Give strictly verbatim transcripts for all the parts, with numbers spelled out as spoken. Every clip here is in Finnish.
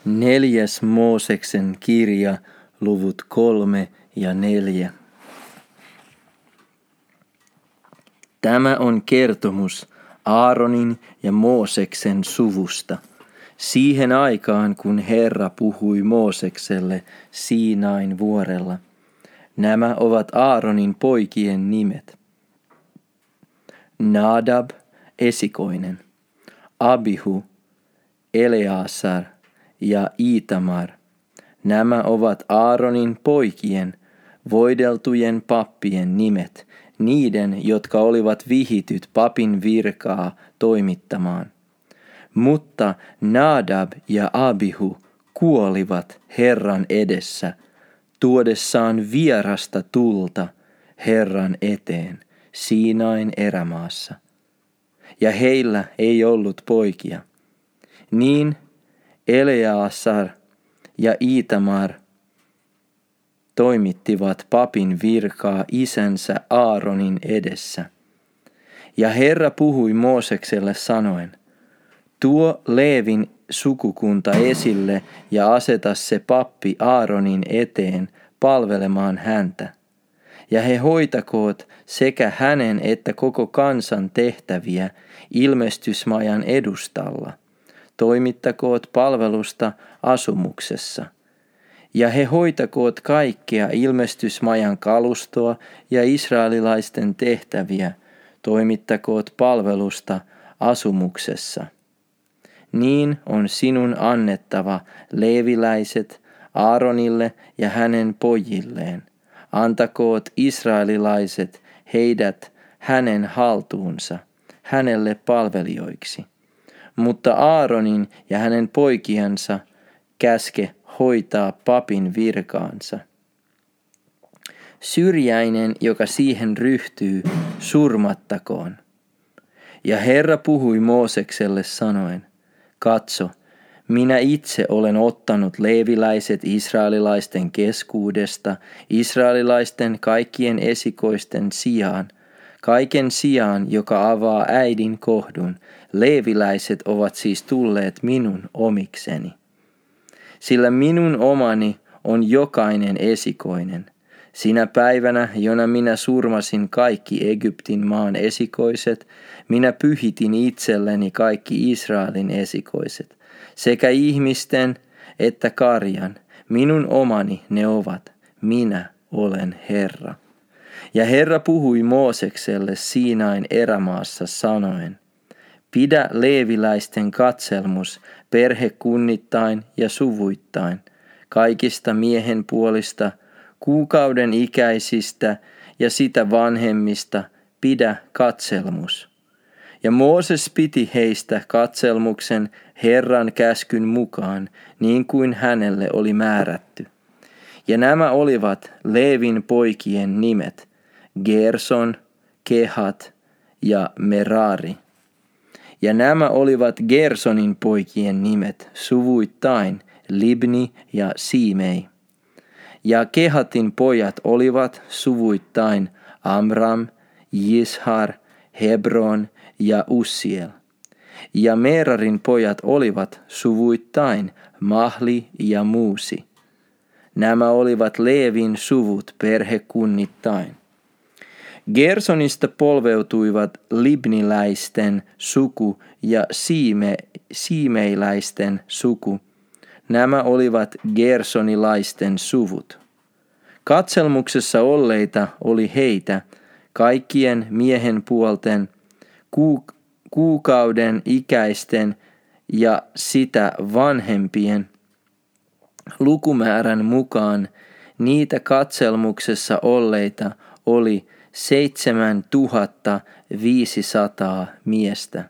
Neljäs Mooseksen kirja, luvut kolme ja neljä. Tämä on kertomus Aaronin ja Mooseksen suvusta, siihen aikaan kun Herra puhui Moosekselle Siinain vuorella. Nämä ovat Aaronin poikien nimet. Nadab, esikoinen, Abihu, Eleasar ja Itamar. Nämä ovat Aaronin poikien, voideltujen pappien nimet, niiden, jotka olivat vihityt papin virkaa toimittamaan. Mutta Nadab ja Abihu kuolivat Herran edessä, tuodessaan vierasta tulta Herran eteen Siinain erämaassa. Ja heillä ei ollut poikia. Niin Eleasar ja Itamar toimittivat papin virkaa isänsä Aaronin edessä. Ja Herra puhui Moosekselle sanoen, tuo Leevin sukukunta esille ja aseta se pappi Aaronin eteen palvelemaan häntä. Ja he hoitakoot sekä hänen että koko kansan tehtäviä ilmestysmajan edustalla. Toimittakoot palvelusta asumuksessa. Ja he hoitakoot kaikkea ilmestysmajan kalustoa ja israelilaisten tehtäviä. Toimittakoot palvelusta asumuksessa. Niin on sinun annettava leeviläiset Aaronille ja hänen pojilleen. Antakoot israelilaiset heidät hänen haltuunsa, hänelle palvelijoiksi. Mutta Aaronin ja hänen poikiansa käske hoitaa papin virkaansa. Syrjäinen, joka siihen ryhtyy, surmattakoon. Ja Herra puhui Moosekselle sanoen, katso, minä itse olen ottanut leeviläiset israelilaisten keskuudesta, israelilaisten kaikkien esikoisten sijaan, kaiken sijaan, joka avaa äidin kohdun. Leeviläiset ovat siis tulleet minun omikseni. Sillä minun omani on jokainen esikoinen. Sinä päivänä, jona minä surmasin kaikki Egyptin maan esikoiset, minä pyhitin itselleni kaikki Israelin esikoiset, sekä ihmisten että karjan. Minun omani ne ovat, minä olen Herra. Ja Herra puhui Moosekselle Siinain erämaassa sanoen, pidä leeviläisten katselmus perhekunnittain ja suvuittain, kaikista miehen puolista, kuukauden ikäisistä ja sitä vanhemmista pidä katselmus. Ja Mooses piti heistä katselmuksen Herran käskyn mukaan, niin kuin hänelle oli määrätty. Ja nämä olivat Leevin poikien nimet, Gerson, Kehat ja Merari. Ja nämä olivat Gersonin poikien nimet suvuittain, Libni ja Simei. Ja Kehatin pojat olivat suvuittain Amram, Jishar, Hebron ja Ussiel. Ja Merarin pojat olivat suvuittain Mahli ja Muusi. Nämä olivat Leevin suvut perhekunnittain. Gersonista polveutuivat libniläisten suku ja siime, siimeiläisten suku. Nämä olivat gersonilaisten suvut. Katselmuksessa olleita oli heitä, kaikkien miehen puolten, kuuk- kuukauden ikäisten ja sitä vanhempien. Lukumäärän mukaan niitä katselmuksessa olleita oli seitsemän tuhatta viisisataa miestä.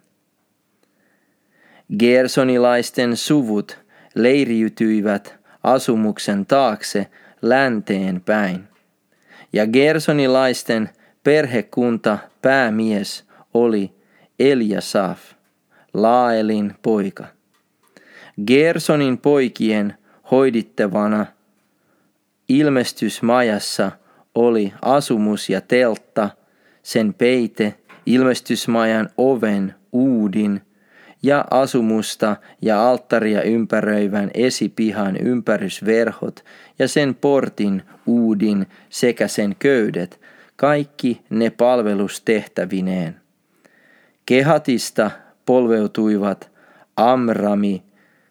Gersonilaisten suvut leiriytyivät asumuksen taakse länteen päin. Ja gersonilaisten perhekunta päämies oli Eliasaf, Laaelin poika. Gersonin poikien hoidittavana ilmestysmajassa oli asumus ja teltta, sen peite, ilmestysmajan oven, uudin ja asumusta ja alttaria ympäröivän esipihan ympärysverhot ja sen portin, uudin sekä sen köydet, kaikki ne palvelustehtävineen. Kehatista polveutuivat Amrami,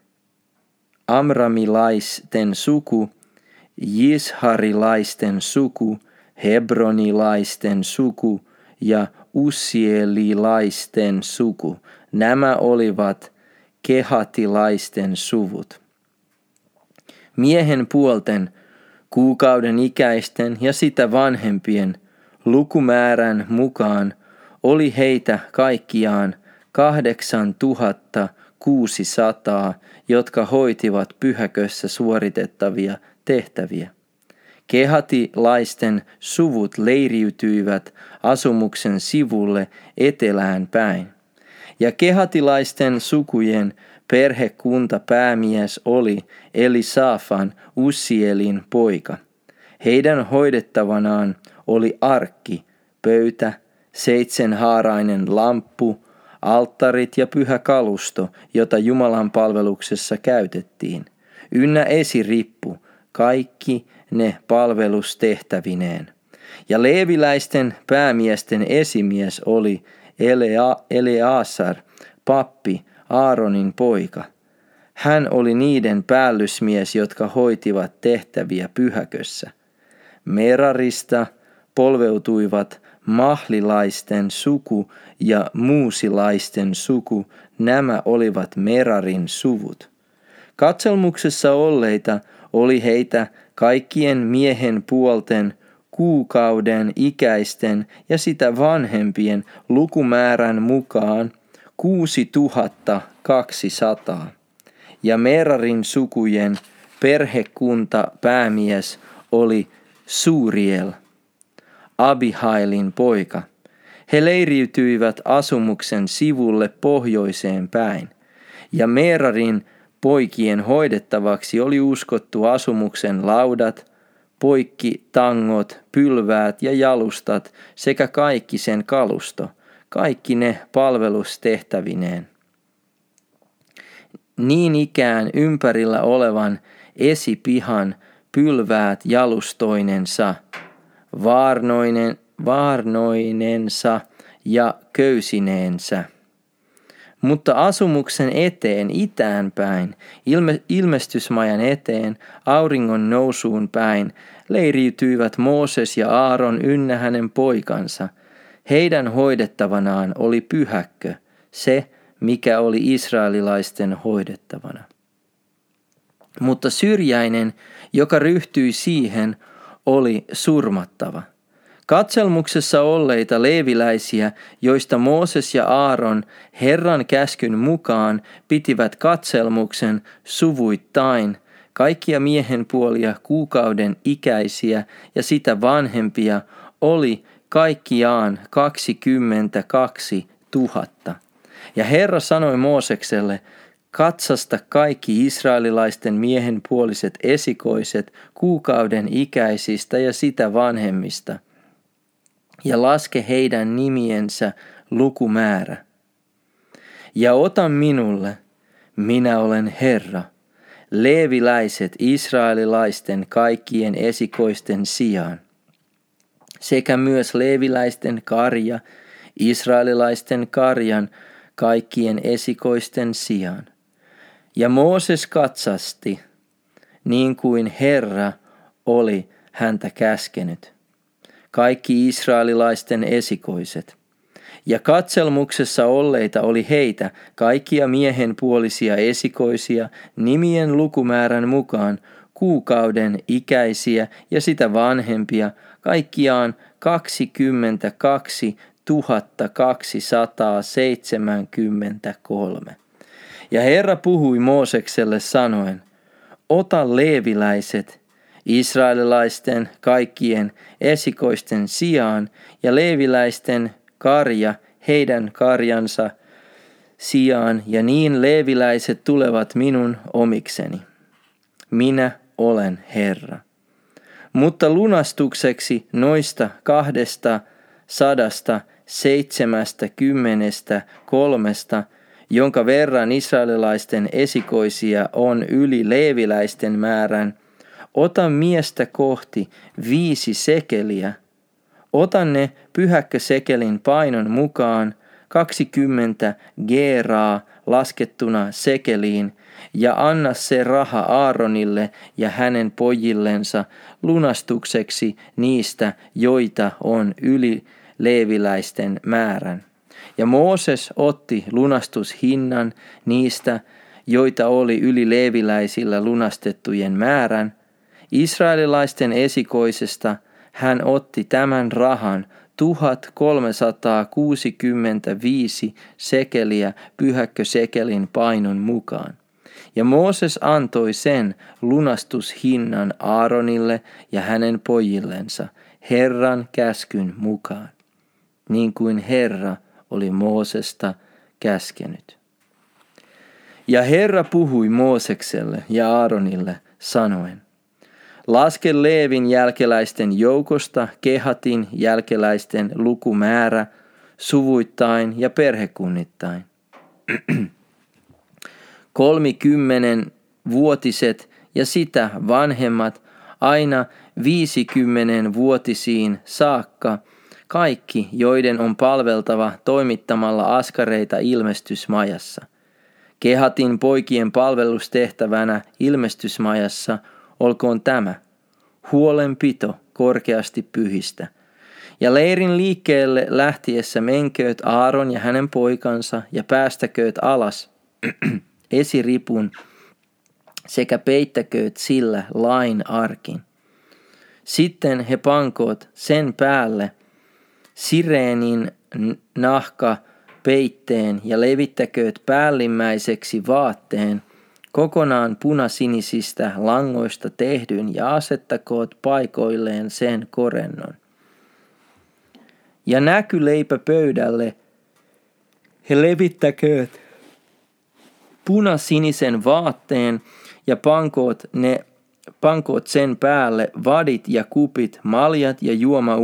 Amramilaisten suku, Jisharilaisten suku, Hebronilaisten suku ja Ussielilaisten suku. Nämä olivat kehatilaisten suvut. Miehen puolten, kuukauden ikäisten ja sitä vanhempien lukumäärän mukaan oli heitä kaikkiaan kahdeksan tuhatta kuusisataa, jotka hoitivat pyhäkössä suoritettavia tehtäviä. Kehatilaisten suvut leiriytyivät asumuksen sivulle etelään päin. Ja kehatilaisten sukujen perhekuntapäämies oli Elisafan, Ussielin poika. Heidän hoidettavanaan oli arkki, pöytä, seitsemänhaarainen lamppu, alttarit ja pyhä kalusto, jota Jumalan palveluksessa käytettiin, ynnä esirippu, kaikki ne palvelustehtävineen. Ja leeviläisten päämiesten esimies oli Elea- Eleasar, pappi, Aaronin poika. Hän oli niiden päällysmies, jotka hoitivat tehtäviä pyhäkössä. Merarista polveutuivat mahlilaisten suku ja muusilaisten suku, nämä olivat Merarin suvut. Katselmuksessa olleita oli heitä kaikkien miehen puolten, kuukauden ikäisten ja sitä vanhempien lukumäärän mukaan kuusi tuhatta kaksisataa. Ja Merarin sukujen perhekunta päämies oli Suuriel, Abihailin poika. He leiriytyivät asumuksen sivulle pohjoiseen päin, ja Merarin poikien hoidettavaksi oli uskottu asumuksen laudat, poikkitangot, pylväät ja jalustat sekä kaikki sen kalusto, kaikki ne palvelustehtävineen. Niin ikään ympärillä olevan esipihan pylväät jalustoinensa, vaarnoinen, vaarnoinensa ja köysineensä. Mutta asumuksen eteen itään päin, ilme, ilmestysmajan eteen, auringon nousuun päin, leiriytyivät Mooses ja Aaron ynnä hänen poikansa. Heidän hoidettavanaan oli pyhäkkö, se mikä oli israelilaisten hoidettavana. Mutta syrjäinen, joka ryhtyi siihen, oli surmattava. Katselmuksessa olleita leeviläisiä, joista Mooses ja Aaron Herran käskyn mukaan pitivät katselmuksen suvuittain, kaikkia miehen puolia kuukauden ikäisiä ja sitä vanhempia oli kaikkiaan kaksikymmentäkaksi tuhatta. Ja Herra sanoi Moosekselle, katsasta kaikki israelilaisten miehenpuoliset esikoiset kuukauden ikäisistä ja sitä vanhemmista, ja laske heidän nimiensä lukumäärä. Ja ota minulle, minä olen Herra, leeviläiset israelilaisten kaikkien esikoisten sijaan, sekä myös leeviläisten karja, israelilaisten karjan kaikkien esikoisten sijaan. Ja Mooses katsasti, niin kuin Herra oli häntä käskenyt, kaikki israelilaisten esikoiset. Ja katselmuksessa olleita oli heitä, kaikkia miehenpuolisia esikoisia, nimien lukumäärän mukaan, kuukauden ikäisiä ja sitä vanhempia, kaikkiaan kaksikymmentäkaksi tuhatta kaksisataaseitsemänkymmentäkolme. Ja Herra puhui Moosekselle sanoen, ota leeviläiset israelilaisten kaikkien esikoisten sijaan ja leeviläisten karja heidän karjansa sijaan, ja niin leeviläiset tulevat minun omikseni. Minä olen Herra. Mutta lunastukseksi noista kahdesta sadasta seitsemästä kymmenestä kolmesta, jonka verran israelilaisten esikoisia on yli leeviläisten määrän, ota miestä kohti viisi sekeliä. Ota ne pyhäkkösekelin painon mukaan, kaksikymmentä geeraa laskettuna sekeliin, ja anna se raha Aaronille ja hänen pojillensa lunastukseksi niistä, joita on yli leeviläisten määrän. Ja Mooses otti lunastushinnan niistä, joita oli yli leeviläisillä lunastettujen määrän. Israelilaisten esikoisesta hän otti tämän rahan tuhat kolmesataakuusikymmentäviisi sekeliä pyhäkkösekelin painon mukaan. Ja Mooses antoi sen lunastushinnan Aaronille ja hänen pojillensa Herran käskyn mukaan, niin kuin Herra oli Moosesta käskenyt. Ja Herra puhui Moosekselle ja Aaronille sanoen, laske Leevin jälkeläisten joukosta Kehatin jälkeläisten lukumäärä suvuittain ja perhekunnittain. Kolmikymmenen vuotiset ja sitä vanhemmat aina viisikymmenen vuotisiin saakka, kaikki joiden on palveltava toimittamalla askareita ilmestysmajassa. Kehatin poikien palvelustehtävänä ilmestysmajassa olkoon tämä, huolenpito korkeasti pyhistä. Ja leirin liikkeelle lähtiessä menkööt Aaron ja hänen poikansa ja päästäkööt alas esiripun sekä peittäkööt sillä lain arkin. Sitten he pankoot sen päälle sireenin nahka peitteen ja levittäkööt päällimmäiseksi vaatteen, kokonaan punasinisistä langoista tehdyn ja asettakoot paikoilleen sen korennon. Ja näkyleipä pöydälle he levittäkööt punasinisen vaatteen ja pankoot, ne, pankoot sen päälle vadit ja kupit, maljat ja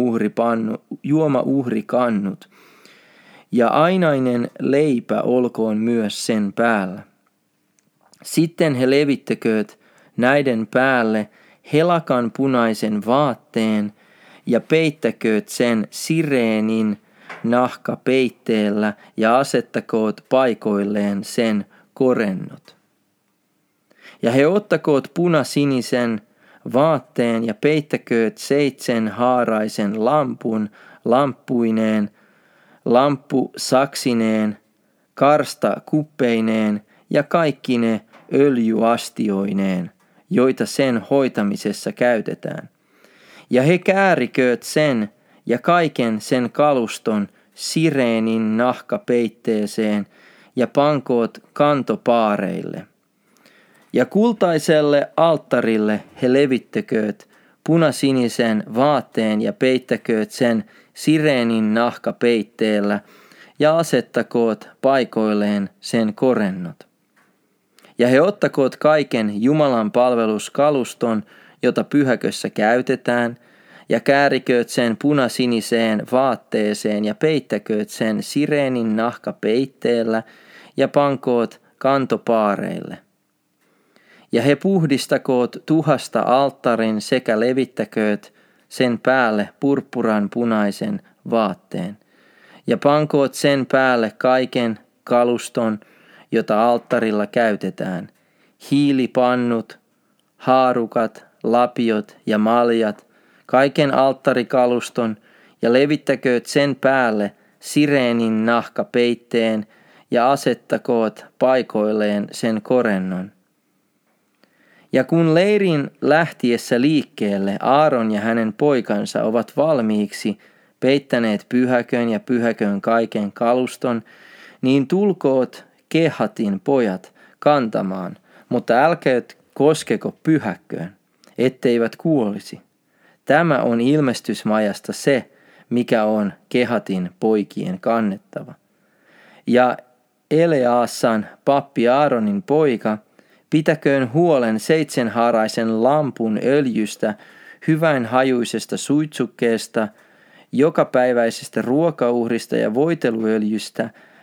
juomauhrikannut. Ja ainainen leipä olkoon myös sen päällä. Sitten he levittäkööt näiden päälle helakan punaisen vaatteen ja peittäkööt sen sireenin nahkapeitteellä ja asettakoot paikoilleen sen korennot. Ja he ottakoot punasinisen vaatteen ja peittäkööt seitsen haaraisen lampun lamppuineen, lampusaksineen, karsta kuppeineen ja kaikki ne öljyastioineen, joita sen hoitamisessa käytetään. Ja he käärikööt sen ja kaiken sen kaluston sireenin nahkapeitteeseen ja pankoot kantopaareille. Ja kultaiselle alttarille he levittäkööt punasinisen vaatteen ja peittäkööt sen sireenin nahkapeitteellä ja asettakoot paikoilleen sen korennot. Ja he ottakoot kaiken Jumalan palveluskaluston, jota pyhäkössä käytetään, ja käärikööt sen punasiniseen vaatteeseen ja peittäkööt sen sireenin nahkapeitteellä ja pankoot kantopaareille. Ja he puhdistakoot tuhasta alttarin sekä levittäkööt sen päälle purppuran punaisen vaatteen. Ja pankoot sen päälle kaiken kaluston, jota alttarilla käytetään, hiilipannut, haarukat, lapiot ja maljat, kaiken alttarikaluston, ja levittäkööt sen päälle sireenin nahkapeitteen ja asettakoot paikoilleen sen korennon. Ja kun leirin lähtiessä liikkeelle Aaron ja hänen poikansa ovat valmiiksi peittäneet pyhäkön ja pyhäkön kaiken kaluston, niin tulkoot Kehatin pojat kantamaan, mutta älkööt koskeko pyhäkköön, etteivät kuolisi. Tämä on ilmestysmajasta se, mikä on Kehatin poikien kannettava. Ja Eleasan pappi Aaronin poika pitäköön huolen seitsemänhaaraisen lampun öljystä, hyvän hajuisesta suitsukkeesta, jokapäiväisestä ruokauhrista ja voiteluöljystä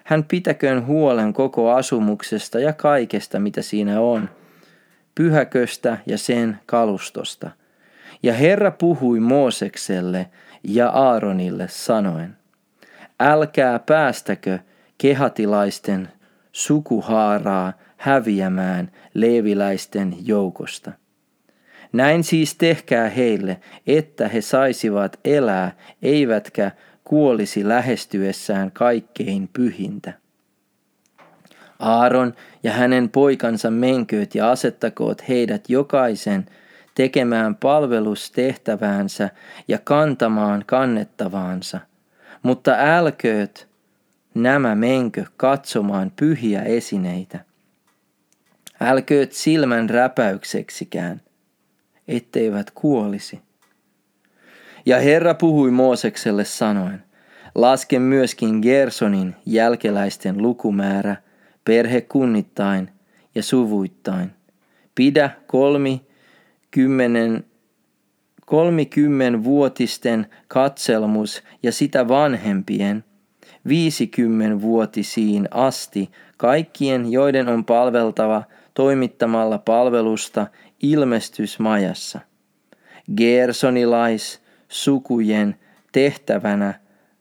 hän pitäköön huolen koko asumuksesta ja kaikesta, mitä siinä on, pyhäköstä ja sen kalustosta. Ja Herra puhui Moosekselle ja Aaronille sanoen, älkää päästäkö kehatilaisten sukuhaaraa häviämään leeviläisten joukosta. Näin siis tehkää heille, että he saisivat elää, eivätkä kuolisi lähestyessään kaikkein pyhintä. Aaron ja hänen poikansa menkööt ja asettakoot heidät jokaisen tekemään palvelustehtäväänsä ja kantamaan kannettavaansa, mutta älkööt nämä menkö katsomaan pyhiä esineitä. Älkööt silmän räpäykseksikään, etteivät kuolisi. Ja Herra puhui Moosekselle sanoen, laske myöskin Gersonin jälkeläisten lukumäärä perhekunnittain ja suvuittain. Pidä kolmi kymmenen, kolmikymmenvuotisten katselmus ja sitä vanhempien viisikymmenvuotisiin asti kaikkien, joiden on palveltava toimittamalla palvelusta ilmestysmajassa. Gersonilais sukujen tehtävänä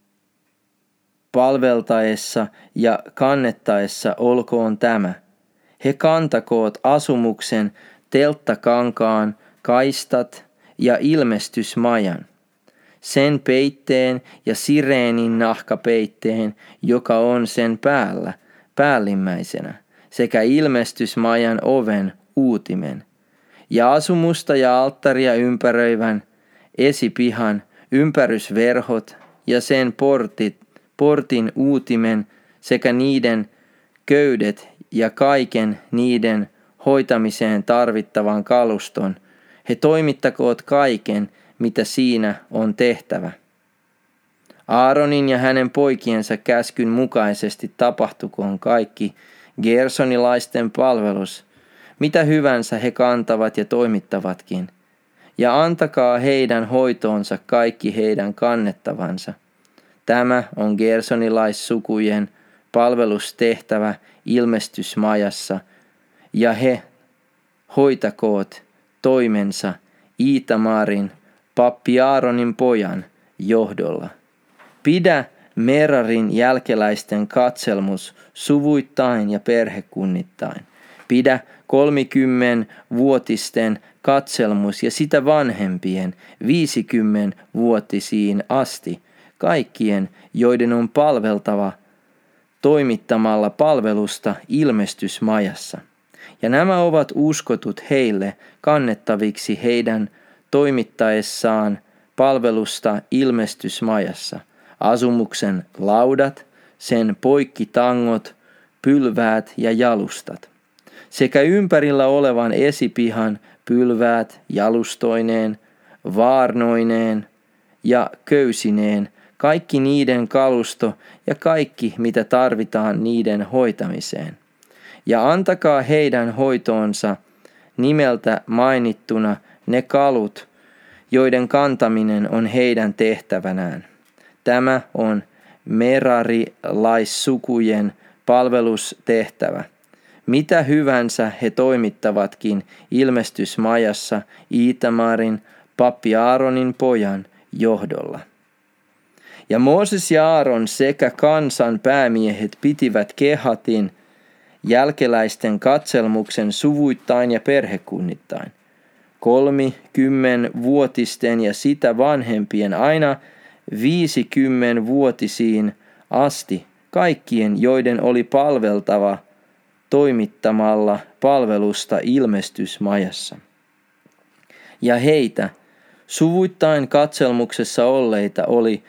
palveltaessa ja kannettaessa olkoon tämä. He kantakoot asumuksen, telttakankaan, kaistat ja ilmestysmajan, sen peitteen ja sireenin nahkapeitteen, joka on sen päällä, päällimmäisenä, sekä ilmestysmajan oven uutimen, ja asumusta ja alttaria ympäröivän esipihan ympärysverhot ja sen portit, portin uutimen sekä niiden köydet ja kaiken niiden hoitamiseen tarvittavan kaluston. He toimittakoot kaiken, mitä siinä on tehtävä. Aaronin ja hänen poikiensa käskyn mukaisesti tapahtukoon kaikki gersonilaisten palvelus, mitä hyvänsä he kantavat ja toimittavatkin, ja antakaa heidän hoitoonsa kaikki heidän kannettavansa. Tämä on gersonilaissukujen palvelustehtävä ilmestysmajassa, ja he hoitakoot toimensa Iitamarin, pappi Aaronin pojan, johdolla. Pidä Merarin jälkeläisten katselmus suvuittain ja perhekunnittain. Pidä kolmikymmenvuotisten katselmus ja sitä vanhempien viisikymmenvuotisiin asti, kaikkien, joiden on palveltava toimittamalla palvelusta ilmestysmajassa. Ja nämä ovat uskotut heille kannettaviksi heidän toimittaessaan palvelusta ilmestysmajassa. Asumuksen laudat, sen poikkitangot, pylväät ja jalustat, sekä ympärillä olevan esipihan pylväät jalustoineen, vaarnoineen ja köysineen, kaikki niiden kalusto ja kaikki, mitä tarvitaan niiden hoitamiseen. Ja antakaa heidän hoitoonsa nimeltä mainittuna ne kalut, joiden kantaminen on heidän tehtävänään. Tämä on merarilaissukujen palvelustehtävä. Mitä hyvänsä he toimittavatkin ilmestysmajassa Iitamarin, pappi Aaronin pojan johdolla. Ja Mooses ja Aaron sekä kansan päämiehet pitivät Kehatin jälkeläisten katselmuksen suvuittain ja perhekunnittain. Kolmikymmenvuotisten ja sitä vanhempien aina viisikymmenvuotisiin asti kaikkien, joiden oli palveltava toimittamalla palvelusta ilmestysmajassa. Ja heitä suvuittain katselmuksessa olleita oli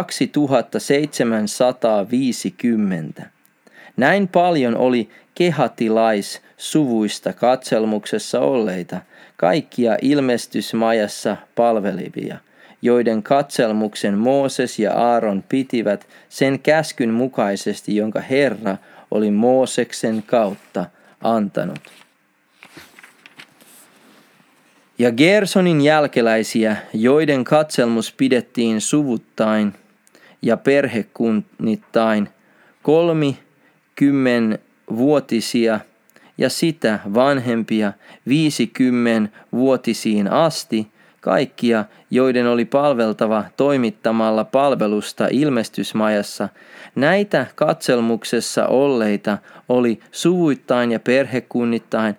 kaksituhattaseitsemänsataaviisikymmentä. Näin paljon oli kehatilaissuvuista katselmuksessa olleita, kaikkia ilmestysmajassa palvelivia, joiden katselmuksen Mooses ja Aaron pitivät sen käskyn mukaisesti, jonka Herra oli Mooseksen kautta antanut. Ja Gersonin jälkeläisiä, joiden katselmus pidettiin suvuttain ja perhekunnittain, kolmi kymmenvuotisia ja sitä vanhempia viisikymmenvuotisiin asti, kaikkia, joiden oli palveltava toimittamalla palvelusta ilmestysmajassa. Näitä katselmuksessa olleita oli suvuittain ja perhekunnittain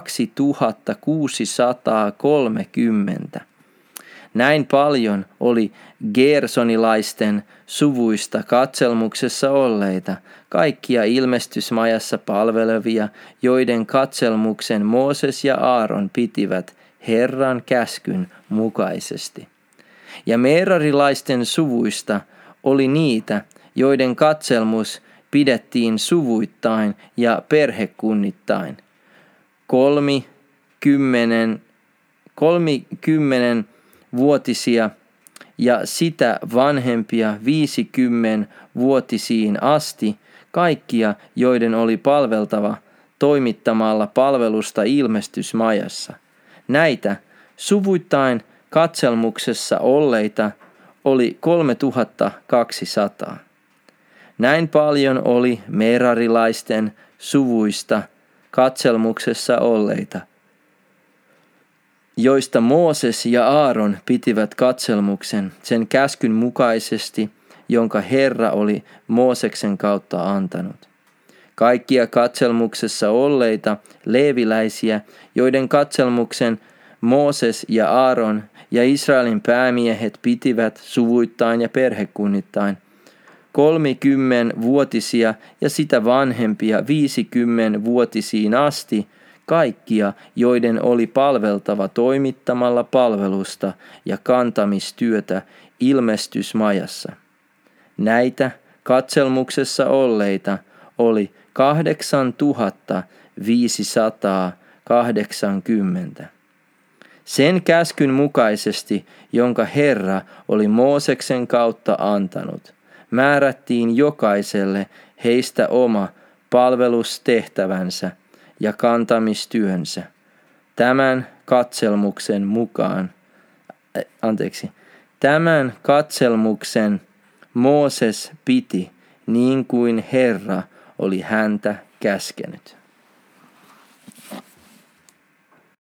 kaksituhattakuusisataakolmekymmentä. Näin paljon oli gersonilaisten suvuista katselmuksessa olleita, kaikkia ilmestysmajassa palvelevia, joiden katselmuksen Mooses ja Aaron pitivät Herran käskyn mukaisesti. Ja merarilaisten suvuista oli niitä, joiden katselmus pidettiin suvuittain ja perhekunnittain. Kolmikymmenen, kolmikymmenen vuotisia ja sitä vanhempia viisikymmenvuotisiin asti, kaikkia, joiden oli palveltava toimittamalla palvelusta ilmestysmajassa. Näitä suvuittain katselmuksessa olleita oli kolmetuhattakaksisataa. Näin paljon oli merarilaisten suvuista katselmuksessa olleita, joista Mooses ja Aaron pitivät katselmuksen sen käskyn mukaisesti, jonka Herra oli Mooseksen kautta antanut. Kaikkia katselmuksessa olleita leeviläisiä, joiden katselmuksen Mooses ja Aaron ja Israelin päämiehet pitivät suvuittain ja perhekunnittain, kolmikymmenvuotisia ja sitä vanhempia viisikymmenvuotisiin asti, kaikkia, joiden oli palveltava toimittamalla palvelusta ja kantamistyötä ilmestysmajassa. Näitä katselmuksessa olleita oli kahdeksantuhatta viisisataakahdeksankymmentä. Sen käskyn mukaisesti, jonka Herra oli Mooseksen kautta antanut, määrättiin jokaiselle heistä oma palvelustehtävänsä ja kantamistyönsä. Tämän katselmuksen mukaan, äh, anteeksi, tämän katselmuksen Mooses piti niin kuin Herra oli häntä käskenyt.